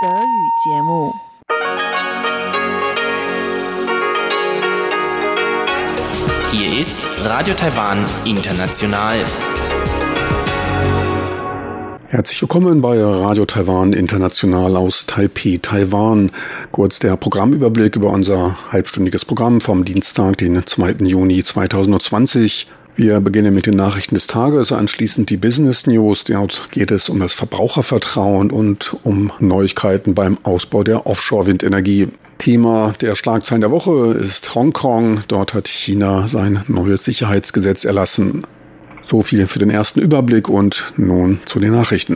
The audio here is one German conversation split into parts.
Hier ist Radio Taiwan International. Herzlich willkommen bei Radio Taiwan International aus Taipei, Taiwan. Kurz der Programmüberblick über unser halbstündiges Programm vom Dienstag, den 2. Juni 2020. Wir beginnen mit den Nachrichten des Tages, anschließend die Business News. Dort geht es um das Verbrauchervertrauen und um Neuigkeiten beim Ausbau der Offshore-Windenergie. Thema der Schlagzeilen der Woche ist Hongkong. Dort hat China sein neues Sicherheitsgesetz erlassen. So viel für den ersten Überblick und nun zu den Nachrichten.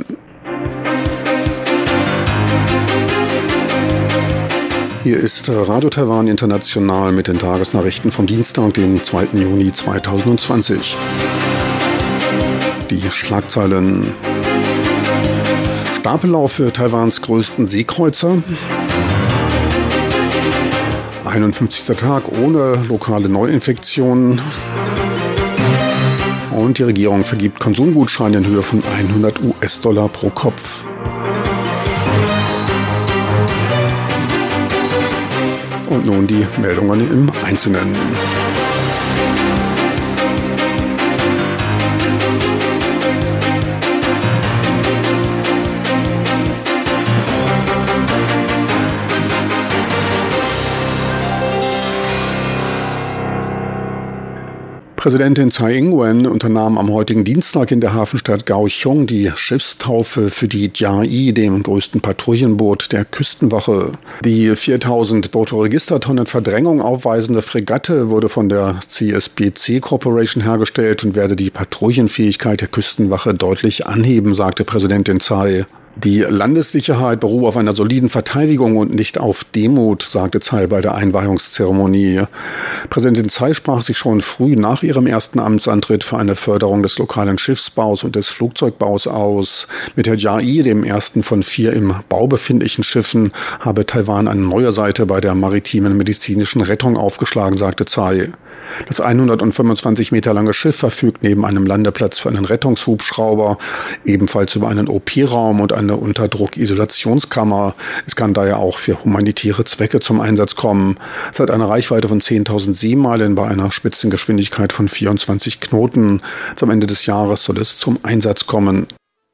Hier ist Radio Taiwan International mit den Tagesnachrichten vom Dienstag, den 2. Juni 2020. Die Schlagzeilen: Stapellauf für Taiwans größten Seekreuzer. 51. Tag ohne lokale Neuinfektionen. Und die Regierung vergibt Konsumgutscheine in Höhe von $100 pro Kopf. Und nun die Meldungen im Einzelnen. Präsidentin Tsai Ing-wen unternahm am heutigen Dienstag in der Hafenstadt Kaohsiung die Schiffstaufe für die Jiayi, dem größten Patrouillenboot der Küstenwache. Die 4000 Bruttoregistertonnen Verdrängung aufweisende Fregatte wurde von der CSBC Corporation hergestellt und werde die Patrouillenfähigkeit der Küstenwache deutlich anheben, sagte Präsidentin Tsai. Die Landessicherheit beruhe auf einer soliden Verteidigung und nicht auf Demut, sagte Tsai bei der Einweihungszeremonie. Präsidentin Tsai sprach sich schon früh nach ihrem ersten Amtsantritt für eine Förderung des lokalen Schiffsbaus und des Flugzeugbaus aus. Mit der Jiayi, dem ersten von 4 im Bau befindlichen Schiffen, habe Taiwan eine neue Seite bei der maritimen medizinischen Rettung aufgeschlagen, sagte Tsai. Das 125 Meter lange Schiff verfügt neben einem Landeplatz für einen Rettungshubschrauber, ebenfalls über einen OP-Raum und eine Unterdruck-Isolationskammer. Es kann daher auch für humanitäre Zwecke zum Einsatz kommen. Es hat eine Reichweite von 10.000 Seemeilen bei einer Spitzengeschwindigkeit von 24 Knoten. Zum Ende des Jahres soll es zum Einsatz kommen.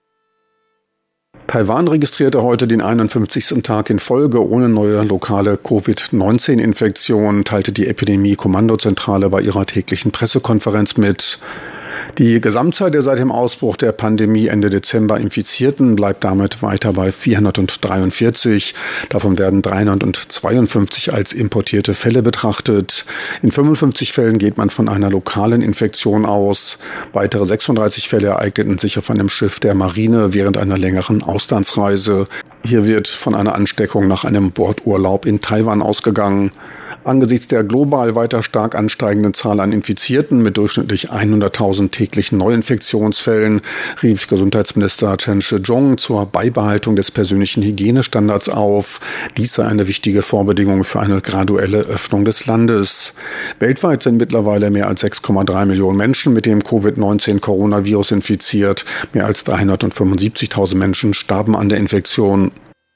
Taiwan registrierte heute den 51. Tag in Folge ohne neue lokale Covid-19-Infektion, teilte die Epidemie-Kommandozentrale bei ihrer täglichen Pressekonferenz mit. Die Gesamtzahl der seit dem Ausbruch der Pandemie Ende Dezember Infizierten bleibt damit weiter bei 443. Davon werden 352 als importierte Fälle betrachtet. In 55 Fällen geht man von einer lokalen Infektion aus. Weitere 36 Fälle ereigneten sich auf einem Schiff der Marine während einer längeren Auslandsreise. Hier wird von einer Ansteckung nach einem Bordurlaub in Taiwan ausgegangen. Angesichts der global weiter stark ansteigenden Zahl an Infizierten mit durchschnittlich 100.000 täglichen Neuinfektionsfällen rief Gesundheitsminister Chen Shih-chung zur Beibehaltung des persönlichen Hygienestandards auf. Dies sei eine wichtige Vorbedingung für eine graduelle Öffnung des Landes. Weltweit sind mittlerweile mehr als 6,3 Millionen Menschen mit dem Covid-19-Coronavirus infiziert. Mehr als 375.000 Menschen starben an der Infektion.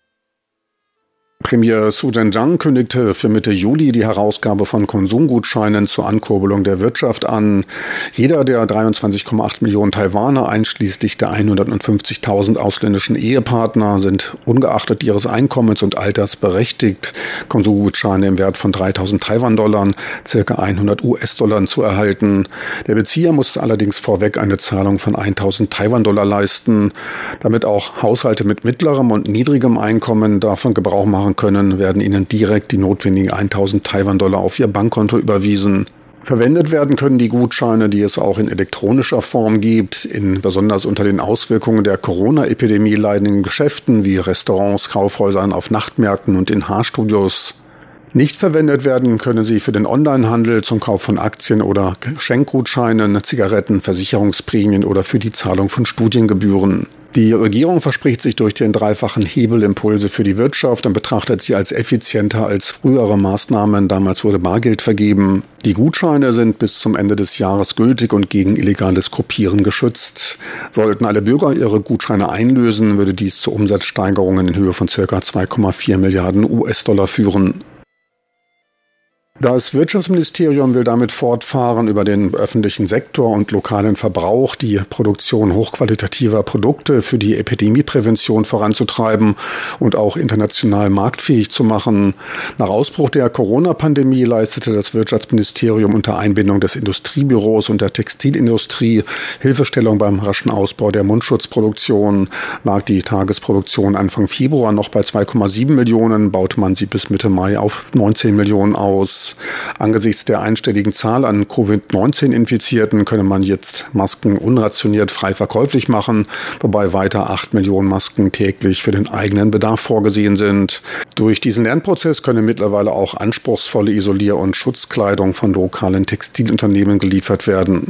Premier Su Zhenjiang kündigte für Mitte Juli die Herausgabe von Konsumgutscheinen zur Ankurbelung der Wirtschaft an. Jeder der 23,8 Millionen Taiwaner, einschließlich der 150.000 ausländischen Ehepartner, sind ungeachtet ihres Einkommens und Alters berechtigt, Konsumgutscheine im Wert von 3.000 Taiwan-Dollar, ca. $100 zu erhalten. Der Bezieher muss allerdings vorweg eine Zahlung von 1.000 Taiwan-Dollar leisten. Damit auch Haushalte mit mittlerem und niedrigem Einkommen davon Gebrauch machen können, werden ihnen direkt die notwendigen 1.000 Taiwan-Dollar auf ihr Bankkonto überwiesen. Verwendet werden können die Gutscheine, die es auch in elektronischer Form gibt, in besonders unter den Auswirkungen der Corona-Epidemie leidenden Geschäften wie Restaurants, Kaufhäusern, auf Nachtmärkten und in Haarstudios. Nicht verwendet werden können sie für den Onlinehandel zum Kauf von Aktien oder Schenkgutscheinen, Zigaretten, Versicherungsprämien oder für die Zahlung von Studiengebühren. Die Regierung verspricht sich durch den dreifachen Hebel Impulse für die Wirtschaft und betrachtet sie als effizienter als frühere Maßnahmen. Damals wurde Bargeld vergeben. Die Gutscheine sind bis zum Ende des Jahres gültig und gegen illegales Kopieren geschützt. Sollten alle Bürger ihre Gutscheine einlösen, würde dies zu Umsatzsteigerungen in Höhe von ca. 2,4 Milliarden US-Dollar führen. Das Wirtschaftsministerium will damit fortfahren, über den öffentlichen Sektor und lokalen Verbrauch die Produktion hochqualitativer Produkte für die Epidemieprävention voranzutreiben und auch international marktfähig zu machen. Nach Ausbruch der Corona-Pandemie leistete das Wirtschaftsministerium unter Einbindung des Industriebüros und der Textilindustrie Hilfestellung beim raschen Ausbau der Mundschutzproduktion. Lag die Tagesproduktion Anfang Februar noch bei 2,7 Millionen, baute man sie bis Mitte Mai auf 19 Millionen aus. Angesichts der einstelligen Zahl an Covid-19-Infizierten könne man jetzt Masken unrationiert frei verkäuflich machen, wobei weiter 8 Millionen Masken täglich für den eigenen Bedarf vorgesehen sind. Durch diesen Lernprozess könne mittlerweile auch anspruchsvolle Isolier- und Schutzkleidung von lokalen Textilunternehmen geliefert werden.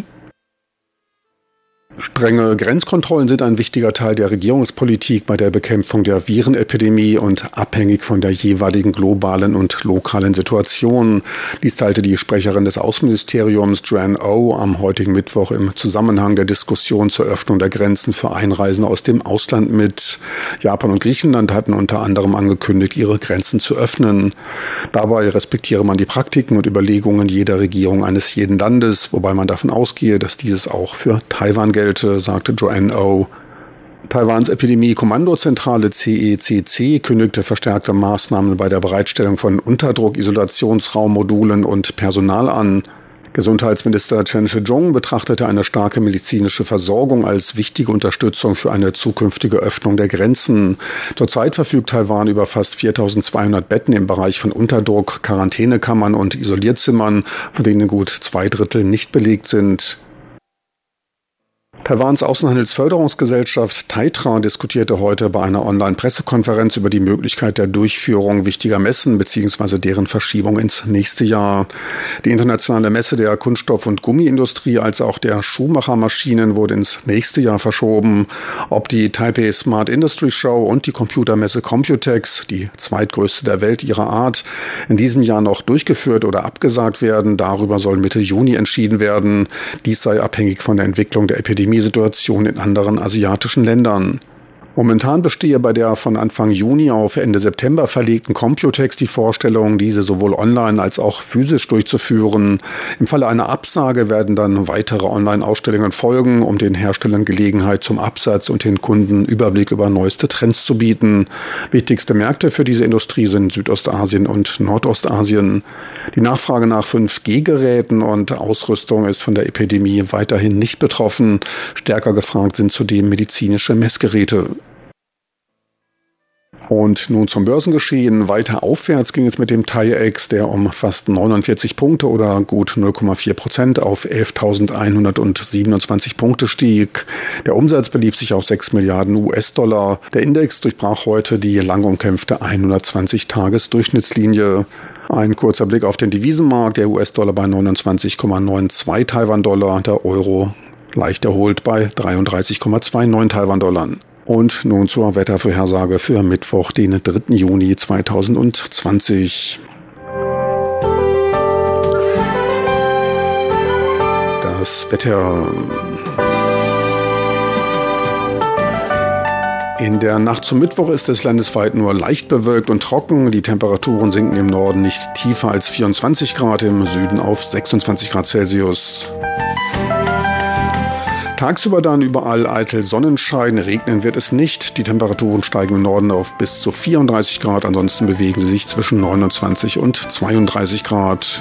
Strenge Grenzkontrollen sind ein wichtiger Teil der Regierungspolitik bei der Bekämpfung der Virenepidemie und abhängig von der jeweiligen globalen und lokalen Situation. Dies teilte die Sprecherin des Außenministeriums Joanne Oh am heutigen Mittwoch im Zusammenhang der Diskussion zur Öffnung der Grenzen für Einreisende aus dem Ausland mit. Japan und Griechenland hatten unter anderem angekündigt, ihre Grenzen zu öffnen. Dabei respektiere man die Praktiken und Überlegungen jeder Regierung eines jeden Landes, wobei man davon ausgehe, dass dieses auch für Taiwan gelte, sagte Joanne Oh. Taiwans Epidemie-Kommandozentrale CECC kündigte verstärkte Maßnahmen bei der Bereitstellung von Unterdruck-Isolationsraummodulen und Personal an. Gesundheitsminister Chen Shih-chung betrachtete eine starke medizinische Versorgung als wichtige Unterstützung für eine zukünftige Öffnung der Grenzen. Zurzeit verfügt Taiwan über fast 4.200 Betten im Bereich von Unterdruck, Quarantänekammern und Isolierzimmern, von denen gut 2/3 nicht belegt sind. Taiwans Außenhandelsförderungsgesellschaft Taitra diskutierte heute bei einer Online-Pressekonferenz über die Möglichkeit der Durchführung wichtiger Messen bzw. deren Verschiebung ins nächste Jahr. Die internationale Messe der Kunststoff- und Gummiindustrie als auch der Schuhmachermaschinen wurde ins nächste Jahr verschoben. Ob die Taipei Smart Industry Show und die Computermesse Computex, die zweitgrößte der Welt ihrer Art, in diesem Jahr noch durchgeführt oder abgesagt werden, darüber soll Mitte Juni entschieden werden. Dies sei abhängig von der Entwicklung der Epidemiesituation in anderen asiatischen Ländern. Momentan bestehe bei der von Anfang Juni auf Ende September verlegten Computex die Vorstellung, diese sowohl online als auch physisch durchzuführen. Im Falle einer Absage werden dann weitere Online-Ausstellungen folgen, um den Herstellern Gelegenheit zum Absatz und den Kunden Überblick über neueste Trends zu bieten. Wichtigste Märkte für diese Industrie sind Südostasien und Nordostasien. Die Nachfrage nach 5G-Geräten und Ausrüstung ist von der Epidemie weiterhin nicht betroffen. Stärker gefragt sind zudem medizinische Messgeräte. Und nun zum Börsengeschehen. Weiter aufwärts ging es mit dem TAIEX, der um fast 49 Punkte oder gut 0,4% auf 11.127 Punkte stieg. Der Umsatz belief sich auf 6 Milliarden US-Dollar. Der Index durchbrach heute die lang umkämpfte 120-Tages-Durchschnittslinie. Ein kurzer Blick auf den Devisenmarkt. Der US-Dollar bei 29,92 Taiwan-Dollar, der Euro leicht erholt bei 33,29 Taiwan-Dollar. Und nun zur Wettervorhersage für Mittwoch, den 3. Juni 2020. Das Wetter. In der Nacht zum Mittwoch ist es landesweit nur leicht bewölkt und trocken. Die Temperaturen sinken im Norden nicht tiefer als 24 Grad, im Süden auf 26 Grad Celsius. Tagsüber dann überall eitel Sonnenschein, regnen wird es nicht. Die Temperaturen steigen im Norden auf bis zu 34 Grad, ansonsten bewegen sie sich zwischen 29 und 32 Grad.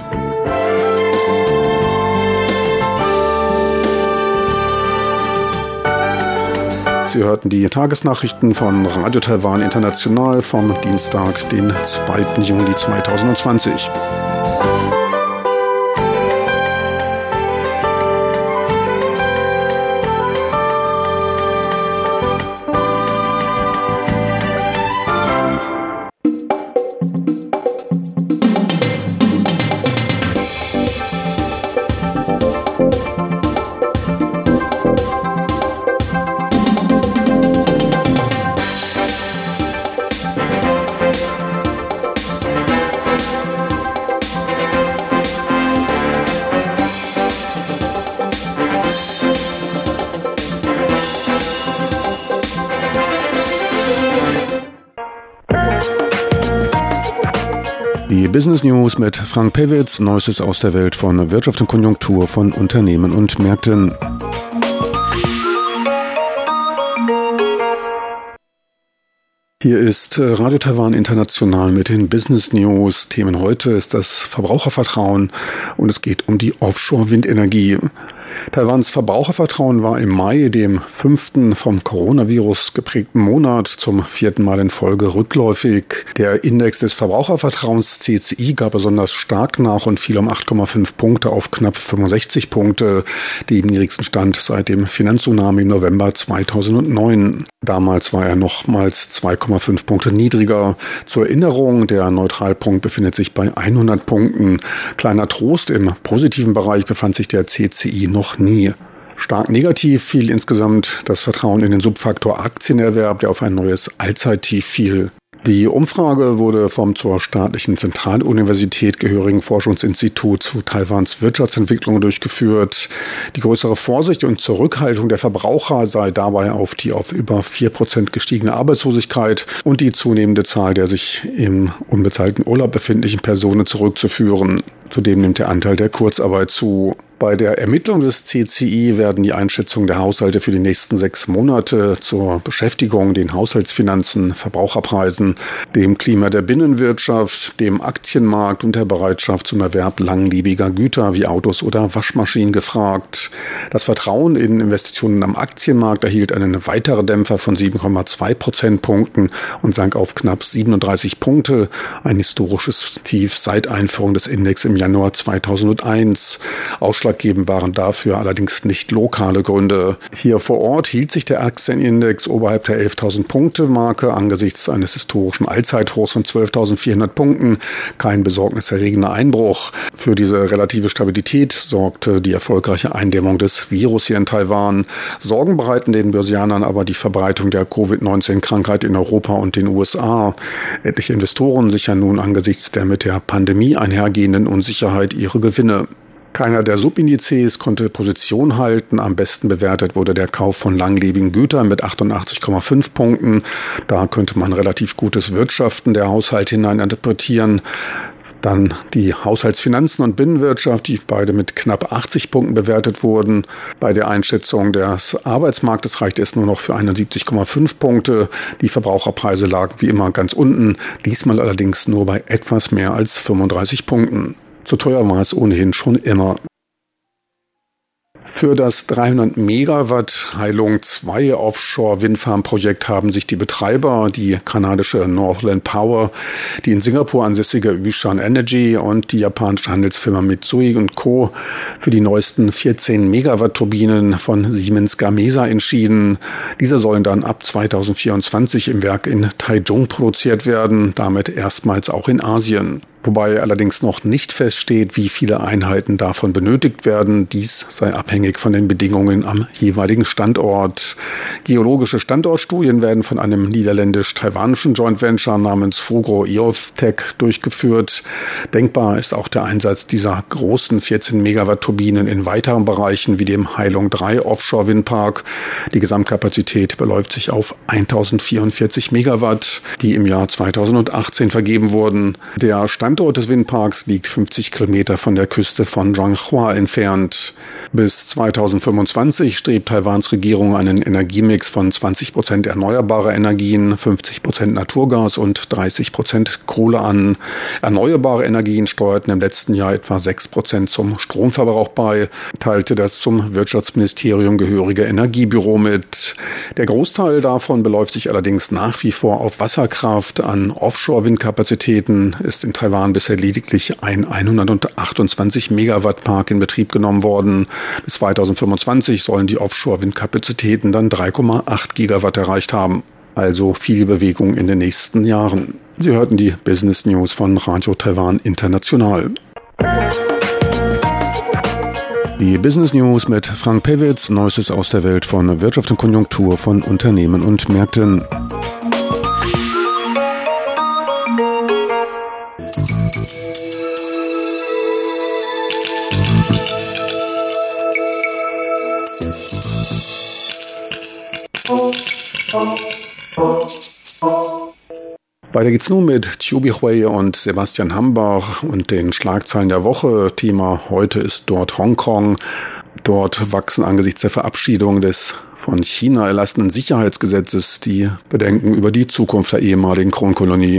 Sie hörten die Tagesnachrichten von Radio Taiwan International vom Dienstag, den 2. Juli 2020. Die Business News mit Frank Pewitz, Neuestes aus der Welt von Wirtschaft und Konjunktur von Unternehmen und Märkten. Hier ist Radio Taiwan International mit den Business News. Themen heute ist das Verbrauchervertrauen und es geht um die Offshore-Windenergie. Taiwans Verbrauchervertrauen war im Mai, dem 5. vom Coronavirus geprägten Monat, zum 4. Mal in Folge rückläufig. Der Index des Verbrauchervertrauens CCI gab besonders stark nach und fiel um 8,5 Punkte auf knapp 65 Punkte, dem niedrigsten Stand seit dem Finanztsunami im November 2009. Damals war er nochmals 2,5 Punkte niedriger. Zur Erinnerung, der Neutralpunkt befindet sich bei 100 Punkten. Kleiner Trost, im positiven Bereich befand sich der CCI noch nie. Stark negativ fiel insgesamt das Vertrauen in den Subfaktor Aktienerwerb, der auf ein neues Allzeittief fiel. Die Umfrage wurde vom zur staatlichen Zentraluniversität gehörigen Forschungsinstitut zu Taiwans Wirtschaftsentwicklung durchgeführt. Die größere Vorsicht und Zurückhaltung der Verbraucher sei dabei auf die auf über 4% gestiegene Arbeitslosigkeit und die zunehmende Zahl der sich im unbezahlten Urlaub befindlichen Personen zurückzuführen. Zudem nimmt der Anteil der Kurzarbeit zu. Bei der Ermittlung des CCI werden die Einschätzungen der Haushalte für die nächsten 6 Monate zur Beschäftigung, den Haushaltsfinanzen, Verbraucherpreisen, dem Klima der Binnenwirtschaft, dem Aktienmarkt und der Bereitschaft zum Erwerb langlebiger Güter wie Autos oder Waschmaschinen gefragt. Das Vertrauen in Investitionen am Aktienmarkt erhielt einen weiteren Dämpfer von 7,2 Prozentpunkten und sank auf knapp 37 Punkte, ein historisches Tief seit Einführung des Index im Januar 2001. Ausschlaggebend waren dafür allerdings nicht lokale Gründe. Hier vor Ort hielt sich der Aktienindex oberhalb der 11.000-Punkte-Marke angesichts eines historischen Allzeithochs von 12.400 Punkten. Kein besorgniserregender Einbruch. Für diese relative Stabilität sorgte die erfolgreiche Eindämmung des Virus hier in Taiwan. Sorgen bereiten den Börsianern aber die Verbreitung der Covid-19-Krankheit in Europa und den USA. Etliche Investoren sichern nun angesichts der mit der Pandemie einhergehenden Unsicherheit ihre Gewinne. Keiner der Subindizes konnte Position halten. Am besten bewertet wurde der Kauf von langlebigen Gütern mit 88,5 Punkten. Da könnte man relativ gutes Wirtschaften der Haushalte hinein interpretieren. Dann die Haushaltsfinanzen und Binnenwirtschaft, die beide mit knapp 80 Punkten bewertet wurden. Bei der Einschätzung des Arbeitsmarktes reichte es nur noch für 71,5 Punkte. Die Verbraucherpreise lagen wie immer ganz unten, diesmal allerdings nur bei etwas mehr als 35 Punkten. Zu teuer war es ohnehin schon immer. Für das 300 Megawatt Hai-Long 2 Offshore-Windfarm-Projekt haben sich die Betreiber, die kanadische Northland Power, die in Singapur ansässige Yushan Energy und die japanische Handelsfirma Mitsui & Co. für die neuesten 14 Megawatt-Turbinen von Siemens Gamesa entschieden. Diese sollen dann ab 2024 im Werk in Taichung produziert werden, damit erstmals auch in Asien. Wobei allerdings noch nicht feststeht, wie viele Einheiten davon benötigt werden. Dies sei abhängig von den Bedingungen am jeweiligen Standort. Geologische Standortstudien werden von einem niederländisch-taiwanischen Joint Venture namens Fugro EOF-Tech durchgeführt. Denkbar ist auch der Einsatz dieser großen 14 Megawatt Turbinen in weiteren Bereichen wie dem Hai-Long 3 Offshore-Windpark. Die Gesamtkapazität beläuft sich auf 1044 Megawatt, die im Jahr 2018 vergeben wurden. Der Standort des Windparks liegt 50 Kilometer von der Küste von Zhonghua entfernt. Bis 2025 strebt Taiwans Regierung einen Energiemix von 20% erneuerbarer Energien, 50% Naturgas und 30% Kohle an. Erneuerbare Energien steuerten im letzten Jahr etwa 6% zum Stromverbrauch bei, teilte das zum Wirtschaftsministerium gehörige Energiebüro mit. Der Großteil davon beläuft sich allerdings nach wie vor auf Wasserkraft. An Offshore-Windkapazitäten ist in Taiwan bisher lediglich ein 128 Megawatt Park in Betrieb genommen worden. Bis 2025 sollen die Offshore-Windkapazitäten dann 3,8 Gigawatt erreicht haben. Also viel Bewegung in den nächsten Jahren. Sie hörten die Business News von Radio Taiwan International. Die Business News mit Frank Pewitz, Neuestes aus der Welt von Wirtschaft und Konjunktur von Unternehmen und Märkten. Weiter geht's nun mit Chiu Bi-hui und Sebastian Hambach und den Schlagzeilen der Woche. Thema heute ist dort Hongkong. Dort wachsen angesichts der Verabschiedung des von China erlassenen Sicherheitsgesetzes die Bedenken über die Zukunft der ehemaligen Kronkolonie.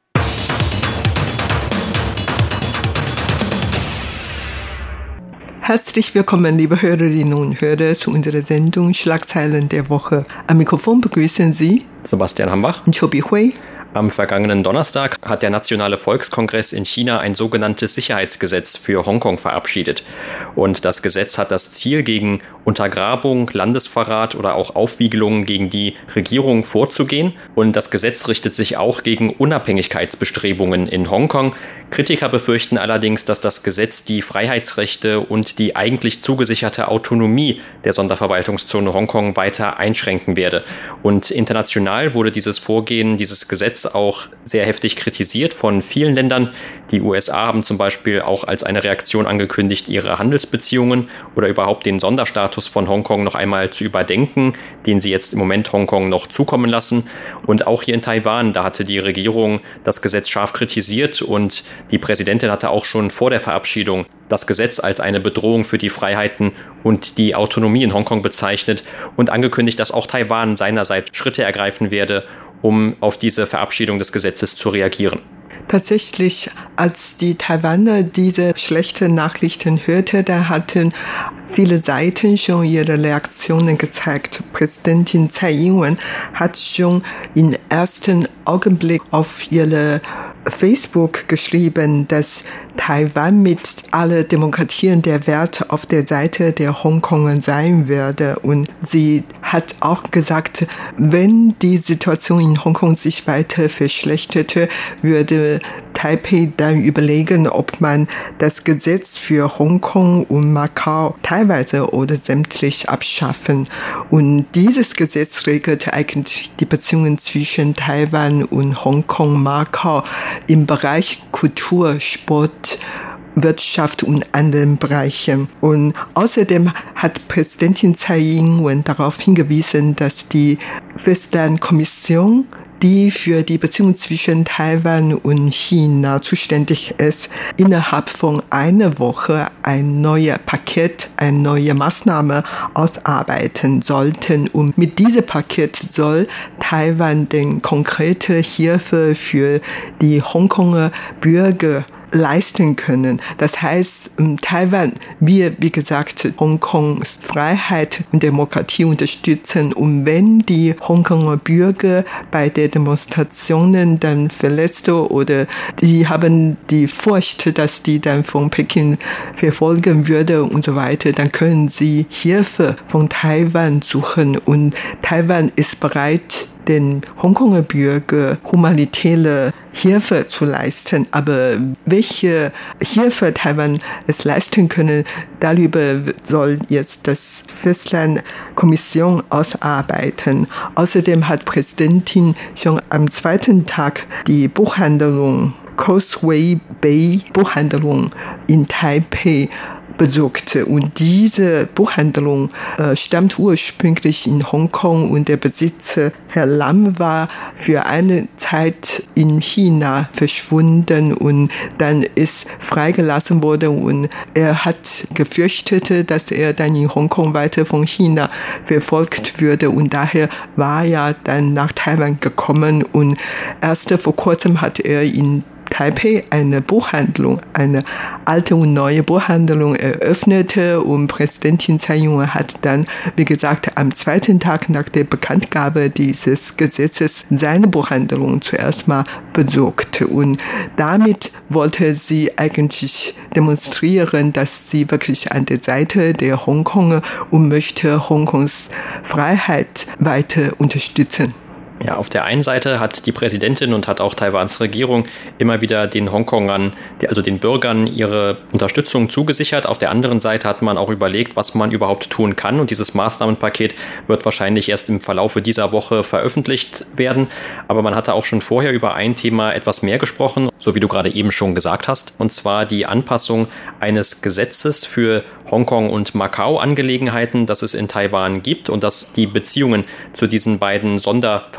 Herzlich willkommen, liebe Hörerinnen und Hörer, zu unserer Sendung Schlagzeilen der Woche. Am Mikrofon begrüßen Sie Sebastian Hambach und Chiu Bi-hui. Am vergangenen Donnerstag hat der Nationale Volkskongress in China ein sogenanntes Sicherheitsgesetz für Hongkong verabschiedet. Und das Gesetz hat das Ziel, gegen Untergrabung, Landesverrat oder auch Aufwiegelungen gegen die Regierung vorzugehen. Und das Gesetz richtet sich auch gegen Unabhängigkeitsbestrebungen in Hongkong. Kritiker befürchten allerdings, dass das Gesetz die Freiheitsrechte und die eigentlich zugesicherte Autonomie der Sonderverwaltungszone Hongkong weiter einschränken werde. Und international wurde dieses Gesetz auch sehr heftig kritisiert von vielen Ländern. Die USA haben zum Beispiel auch als eine Reaktion angekündigt, ihre Handelsbeziehungen oder überhaupt den Sonderstatus von Hongkong noch einmal zu überdenken, den sie jetzt im Moment Hongkong noch zukommen lassen. Und auch hier in Taiwan, da hatte die Regierung das Gesetz scharf kritisiert und die Präsidentin hatte auch schon vor der Verabschiedung das Gesetz als eine Bedrohung für die Freiheiten und die Autonomie in Hongkong bezeichnet und angekündigt, dass auch Taiwan seinerseits Schritte ergreifen werde, um auf diese Verabschiedung des Gesetzes zu reagieren. Tatsächlich, als die Taiwaner diese schlechten Nachrichten hörten, da hatten viele Seiten schon ihre Reaktionen gezeigt. Präsidentin Tsai Ing-wen hat schon im ersten Augenblick auf ihre Facebook geschrieben, dass Taiwan mit allen Demokratien der Welt auf der Seite der Hongkonger sein werde. Und sie hat auch gesagt, wenn die Situation in Hongkong sich weiter verschlechterte, würde Taipei dann überlegen, ob man das Gesetz für Hongkong und Macau teilweise oder sämtlich abschaffen. Und dieses Gesetz regelt eigentlich die Beziehungen zwischen Taiwan und Hongkong, Macau im Bereich Kultur, Sport, Wirtschaft und anderen Bereichen. Und außerdem hat Präsidentin Tsai Ing-wen darauf hingewiesen, dass die Festlandkommission, die für die Beziehungen zwischen Taiwan und China zuständig ist, innerhalb von einer Woche ein neues Paket, eine neue Maßnahme ausarbeiten sollten. Und mit diesem Paket soll Taiwan den konkrete Hilfe für die Hongkonger Bürger leisten können. Das heißt, Taiwan will, wie gesagt, Hongkongs Freiheit und Demokratie unterstützen. Und wenn die Hongkonger Bürger bei den Demonstrationen dann verletzt oder die haben die Furcht, dass die dann von Peking verfolgen würde und so weiter, dann können sie Hilfe von Taiwan suchen. Und Taiwan ist bereit, den Hongkonger Bürger humanitäre Hilfe zu leisten. Aber welche Hilfe Taiwan es leisten können, darüber soll jetzt das Festlandkommission ausarbeiten. Außerdem hat Präsidentin schon am zweiten Tag die Buchhandlung Causeway Bay Buchhandlung in Taipei besuchte. Und diese Buchhandlung stammt ursprünglich in Hongkong und der Besitzer, Herr Lam, war für eine Zeit in China verschwunden und dann ist freigelassen worden und er hat gefürchtet, dass er dann in Hongkong weiter von China verfolgt würde und daher war er dann nach Taiwan gekommen und erst vor kurzem hat er in Taipei eine Buchhandlung, eine alte und neue Buchhandlung eröffnete und Präsidentin Tsai Ing-wen hat dann, wie gesagt, am zweiten Tag nach der Bekanntgabe dieses Gesetzes seine Buchhandlung zuerst mal besucht und damit wollte sie eigentlich demonstrieren, dass sie wirklich an der Seite der Hongkonger und möchte Hongkongs Freiheit weiter unterstützen. Ja, auf der einen Seite hat die Präsidentin und hat auch Taiwans Regierung immer wieder den Hongkongern, also den Bürgern, ihre Unterstützung zugesichert. Auf der anderen Seite hat man auch überlegt, was man überhaupt tun kann. Und dieses Maßnahmenpaket wird wahrscheinlich erst im Verlaufe dieser Woche veröffentlicht werden. Aber man hatte auch schon vorher über ein Thema etwas mehr gesprochen, so wie du gerade eben schon gesagt hast. Und zwar die Anpassung eines Gesetzes für Hongkong- und Macau-Angelegenheiten, das es in Taiwan gibt und das die Beziehungen zu diesen beiden Sonderverwaltungszonen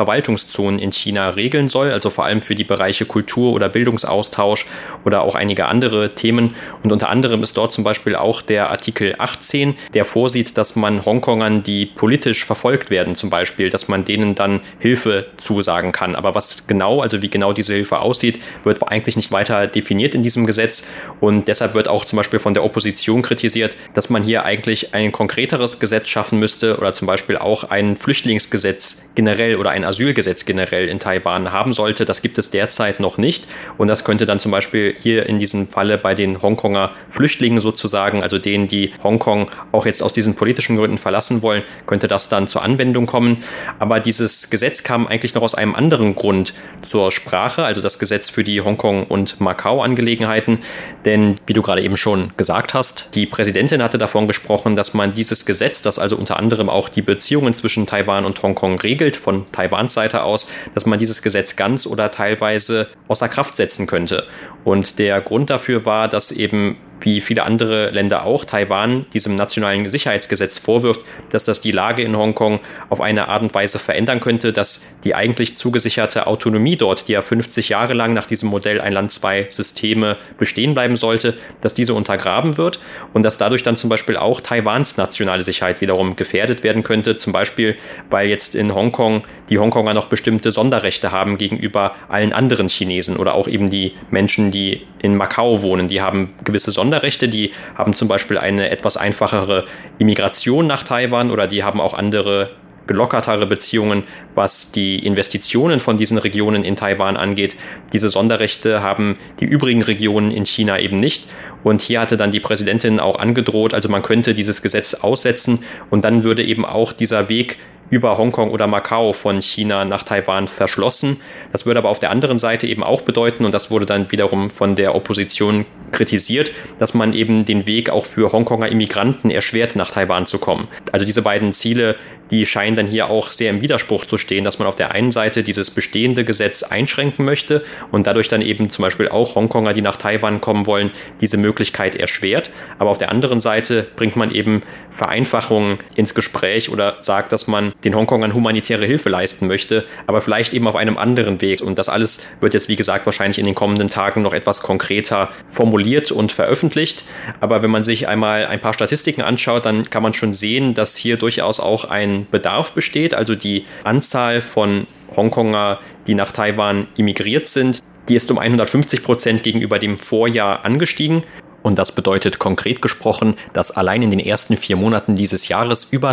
Verwaltungszonen in China regeln soll, also vor allem für die Bereiche Kultur- oder Bildungsaustausch oder auch einige andere Themen. Und unter anderem ist dort zum Beispiel auch der Artikel 18, der vorsieht, dass man Hongkongern, die politisch verfolgt werden zum Beispiel, dass man denen dann Hilfe zusagen kann. Aber was genau, also wie genau diese Hilfe aussieht, wird eigentlich nicht weiter definiert in diesem Gesetz. Und deshalb wird auch zum Beispiel von der Opposition kritisiert, dass man hier eigentlich ein konkreteres Gesetz schaffen müsste oder zum Beispiel auch ein Flüchtlingsgesetz generell oder ein Asylgesetz generell in Taiwan haben sollte. Das gibt es derzeit noch nicht. Und das könnte dann zum Beispiel hier in diesem Falle bei den Hongkonger Flüchtlingen sozusagen, also denen, die Hongkong auch jetzt aus diesen politischen Gründen verlassen wollen, könnte das dann zur Anwendung kommen. Aber dieses Gesetz kam eigentlich noch aus einem anderen Grund zur Sprache, also das Gesetz für die Hongkong- und Macau-Angelegenheiten. Denn, wie du gerade eben schon gesagt hast, die Präsidentin hatte davon gesprochen, dass man dieses Gesetz, das also unter anderem auch die Beziehungen zwischen Taiwan und Hongkong regelt, von Taiwans Seite aus, dass man dieses Gesetz ganz oder teilweise außer Kraft setzen könnte. Und der Grund dafür war, dass eben wie viele andere Länder auch Taiwan diesem nationalen Sicherheitsgesetz vorwirft, dass das die Lage in Hongkong auf eine Art und Weise verändern könnte, dass die eigentlich zugesicherte Autonomie dort, die ja 50 Jahre lang nach diesem Modell ein Land, zwei Systeme bestehen bleiben sollte, dass diese untergraben wird und dass dadurch dann zum Beispiel auch Taiwans nationale Sicherheit wiederum gefährdet werden könnte, zum Beispiel, weil jetzt in Hongkong die Hongkonger noch bestimmte Sonderrechte haben gegenüber allen anderen Chinesen oder auch eben die Menschen, die in Macau wohnen, die haben gewisse Sonderrechte, die haben zum Beispiel eine etwas einfachere Immigration nach Taiwan oder die haben auch andere gelockertere Beziehungen, was die Investitionen von diesen Regionen in Taiwan angeht. Diese Sonderrechte haben die übrigen Regionen in China eben nicht. Und hier hatte dann die Präsidentin auch angedroht, also man könnte dieses Gesetz aussetzen und dann würde eben auch dieser Weg über Hongkong oder Macau von China nach Taiwan verschlossen. Das würde aber auf der anderen Seite eben auch bedeuten, und das wurde dann wiederum von der Opposition kritisiert, dass man eben den Weg auch für Hongkonger Immigranten erschwert, nach Taiwan zu kommen. Also diese beiden Ziele, die scheinen dann hier auch sehr im Widerspruch zu stehen, dass man auf der einen Seite dieses bestehende Gesetz einschränken möchte und dadurch dann eben zum Beispiel auch Hongkonger, die nach Taiwan kommen wollen, diese Möglichkeit erschwert. Aber auf der anderen Seite bringt man eben Vereinfachungen ins Gespräch oder sagt, dass man den Hongkongern humanitäre Hilfe leisten möchte, aber vielleicht eben auf einem anderen Weg. Und das alles wird jetzt, wie gesagt, wahrscheinlich in den kommenden Tagen noch etwas konkreter formuliert und veröffentlicht. Aber wenn man sich einmal ein paar Statistiken anschaut, dann kann man schon sehen, dass hier durchaus auch ein Bedarf besteht. Also die Anzahl von Hongkonger, die nach Taiwan emigriert sind, die ist um 150% gegenüber dem Vorjahr angestiegen. Und das bedeutet konkret gesprochen, dass allein in den ersten 4 Monaten dieses Jahres über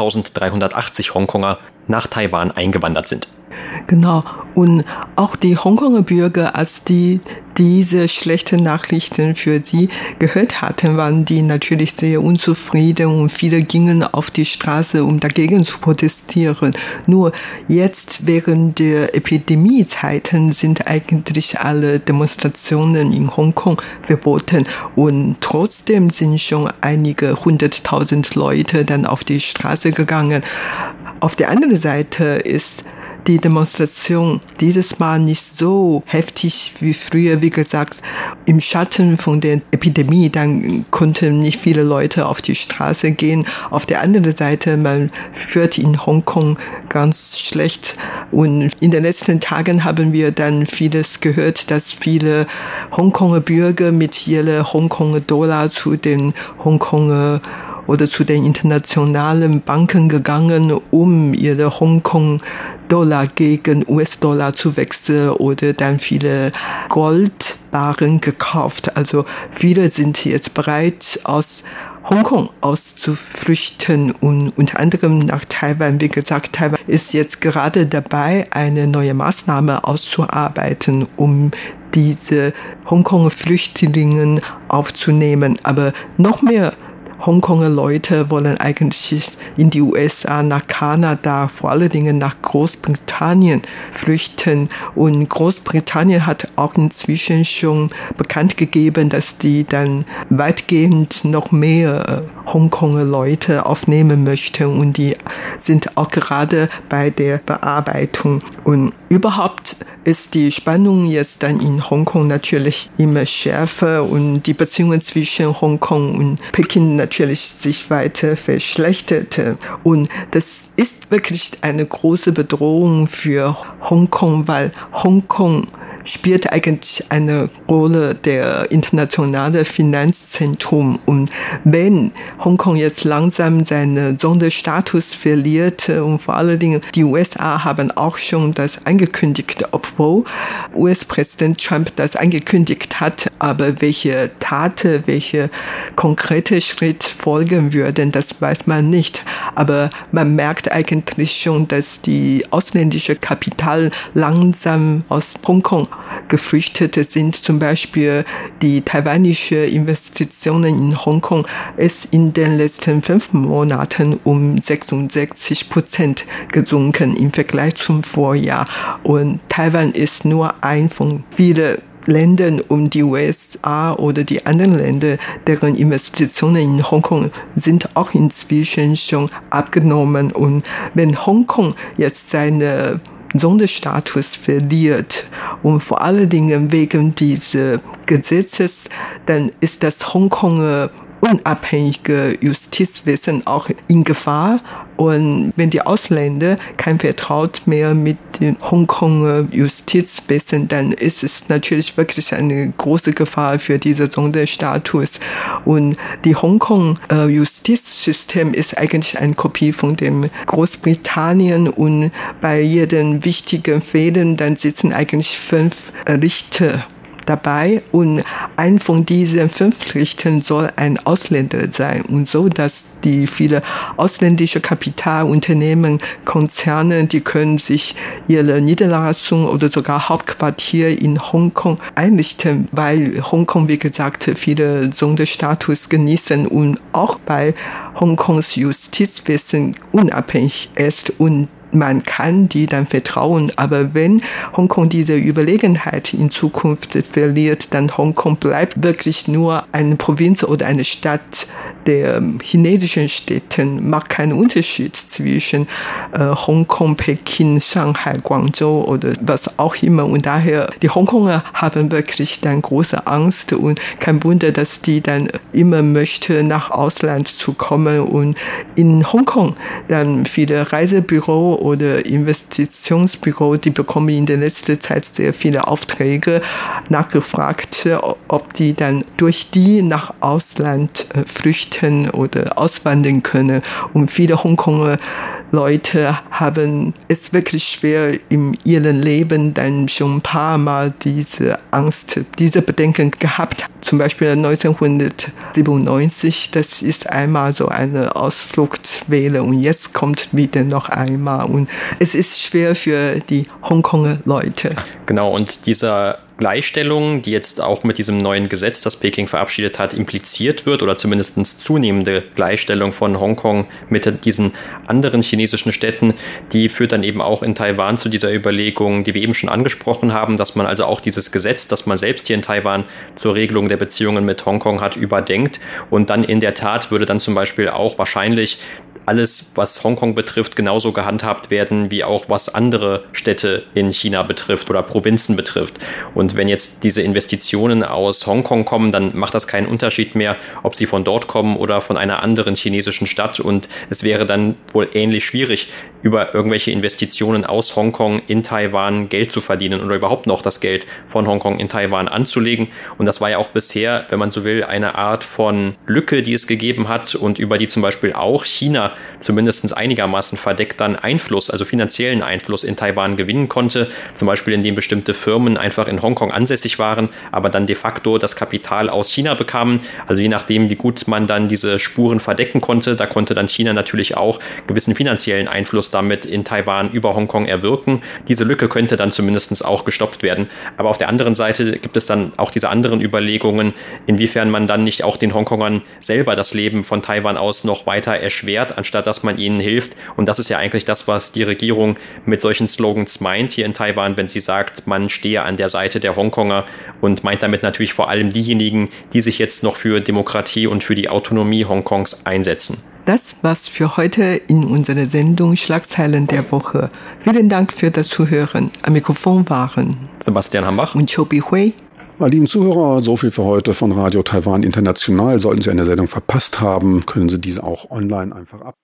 2380 Hongkonger nach Taiwan eingewandert sind. Genau. Und auch die Hongkonger Bürger, als die diese schlechten Nachrichten für sie gehört hatten, waren die natürlich sehr unzufrieden und viele gingen auf die Straße, um dagegen zu protestieren. Nur jetzt während der Epidemiezeiten sind eigentlich alle Demonstrationen in Hongkong verboten und trotzdem sind schon einige 100.000 Leute dann auf die Straße gegangen. Auf der anderen Seite ist die Demonstration dieses Mal nicht so heftig wie früher, wie gesagt, im Schatten von der Epidemie, dann konnten nicht viele Leute auf die Straße gehen. Auf der anderen Seite, man führt in Hongkong ganz schlecht und in den letzten Tagen haben wir dann vieles gehört, dass viele Hongkonger Bürger mit ihren Hongkonger Dollar zu den Hongkonger oder zu den internationalen Banken gegangen, um ihre Hongkong-Dollar gegen US-Dollar zu wechseln oder dann viele Goldbarren gekauft. Also viele sind jetzt bereit, aus Hongkong auszuflüchten und unter anderem nach Taiwan. Wie gesagt, Taiwan ist jetzt gerade dabei, eine neue Maßnahme auszuarbeiten, um diese Hongkonger Flüchtlinge aufzunehmen. Aber noch mehr Hongkonger Leute wollen eigentlich in die USA, nach Kanada, vor allen Dingen nach Großbritannien flüchten. Und Großbritannien hat auch inzwischen schon bekannt gegeben, dass die dann weitgehend noch mehr Hongkonger Leute aufnehmen möchten. Und die sind auch gerade bei der Bearbeitung. Und überhaupt ist die Spannung jetzt dann in Hongkong natürlich immer schärfer und die Beziehungen zwischen Hongkong und Peking natürlich sich weiter verschlechterte. Und das ist wirklich eine große Bedrohung für Hongkong, weil Hongkong spielt eigentlich eine Rolle der internationale Finanzzentrum. Und wenn Hongkong jetzt langsam seinen Sonderstatus verliert und vor allen Dingen die USA haben auch schon das angekündigt, obwohl US-Präsident Trump das angekündigt hat, aber welche Taten, welche konkrete Schritt folgen würden, das weiß man nicht. Aber man merkt eigentlich schon, dass die ausländische Kapital langsam aus Hongkong geflüchtet sind. Zum Beispiel die taiwanische Investitionen in Hongkong ist in den letzten 5 Monaten um 66% gesunken im Vergleich zum Vorjahr. Und Taiwan ist nur ein von vielen Ländern um die USA oder die anderen Länder, deren Investitionen in Hongkong sind auch inzwischen schon abgenommen. Und wenn Hongkong jetzt seine Sonderstatus verliert und vor allen Dingen wegen dieses Gesetzes, dann ist das Hongkonger unabhängige Justizwesen auch in Gefahr. Und wenn die Ausländer kein Vertrauen mehr mit dem Hongkonger Justizwesen, dann ist es natürlich wirklich eine große Gefahr für diesen Sonderstatus. Und die Hongkong Justizsystem ist eigentlich eine Kopie von dem Großbritannien und bei jedem wichtigen Fällen dann sitzen eigentlich 5 Richter dabei und ein von diesen 5 Richtern soll ein Ausländer sein und so, dass die viele ausländische Kapitalunternehmen, Konzerne, die können sich ihre Niederlassung oder sogar Hauptquartier in Hongkong einrichten, weil Hongkong, wie gesagt, viele Sonderstatus genießen und auch bei Hongkongs Justizwesen unabhängig ist und man kann die dann vertrauen, aber wenn Hongkong diese Überlegenheit in Zukunft verliert, dann Hongkong bleibt wirklich nur eine Provinz oder eine Stadt der chinesischen Städten, macht keinen Unterschied zwischen Hongkong, Peking, Shanghai, Guangzhou oder was auch immer. Und daher, die Hongkonger haben wirklich dann große Angst und kein Wunder, dass die dann immer möchten, nach Ausland zu kommen. Und in Hongkong dann viele Reisebüros oder Investitionsbüro, die bekommen in der letzten Zeit sehr viele Aufträge, nachgefragt, ob die dann durch die nach Ausland flüchten oder auswandern können. Und viele Hongkonger Leute haben es wirklich schwer in ihrem Leben dann schon ein paar Mal diese Angst, diese Bedenken gehabt. Zum Beispiel 1997, das ist einmal so eine Ausflugswelle und jetzt kommt wieder noch einmal. Und es ist schwer für die Hongkonger Leute. Genau, und dieser Gleichstellung, die jetzt auch mit diesem neuen Gesetz, das Peking verabschiedet hat, impliziert wird oder zumindest zunehmende Gleichstellung von Hongkong mit diesen anderen chinesischen Städten, die führt dann eben auch in Taiwan zu dieser Überlegung, die wir eben schon angesprochen haben, dass man also auch dieses Gesetz, das man selbst hier in Taiwan zur Regelung der Beziehungen mit Hongkong hat, überdenkt und dann in der Tat würde dann zum Beispiel auch wahrscheinlich alles, was Hongkong betrifft, genauso gehandhabt werden, wie auch was andere Städte in China betrifft oder Provinzen betrifft. Und wenn jetzt diese Investitionen aus Hongkong kommen, dann macht das keinen Unterschied mehr, ob sie von dort kommen oder von einer anderen chinesischen Stadt. Und es wäre dann wohl ähnlich schwierig, über irgendwelche Investitionen aus Hongkong in Taiwan Geld zu verdienen oder überhaupt noch das Geld von Hongkong in Taiwan anzulegen. Und das war ja auch bisher, wenn man so will, eine Art von Lücke, die es gegeben hat und über die zum Beispiel auch China zumindest einigermaßen verdeckt dann Einfluss, also finanziellen Einfluss in Taiwan gewinnen konnte. Zum Beispiel indem bestimmte Firmen einfach in Hongkong ansässig waren, aber dann de facto das Kapital aus China bekamen. Also je nachdem, wie gut man dann diese Spuren verdecken konnte, da konnte dann China natürlich auch gewissen finanziellen Einfluss damit in Taiwan über Hongkong erwirken. Diese Lücke könnte dann zumindest auch gestopft werden. Aber auf der anderen Seite gibt es dann auch diese anderen Überlegungen, inwiefern man dann nicht auch den Hongkongern selber das Leben von Taiwan aus noch weiter erschwert, anstatt dass man ihnen hilft. Und das ist ja eigentlich das, was die Regierung mit solchen Slogans meint hier in Taiwan, wenn sie sagt, man stehe an der Seite der Hongkonger und meint damit natürlich vor allem diejenigen, die sich jetzt noch für Demokratie und für die Autonomie Hongkongs einsetzen. Das war's für heute in unserer Sendung Schlagzeilen der Woche. Vielen Dank für das Zuhören. Am Mikrofon waren Sebastian Hambach und Chobi Hui. Meine lieben Zuhörer, so viel für heute von Radio Taiwan International. Sollten Sie eine Sendung verpasst haben, können Sie diese auch online einfach ab.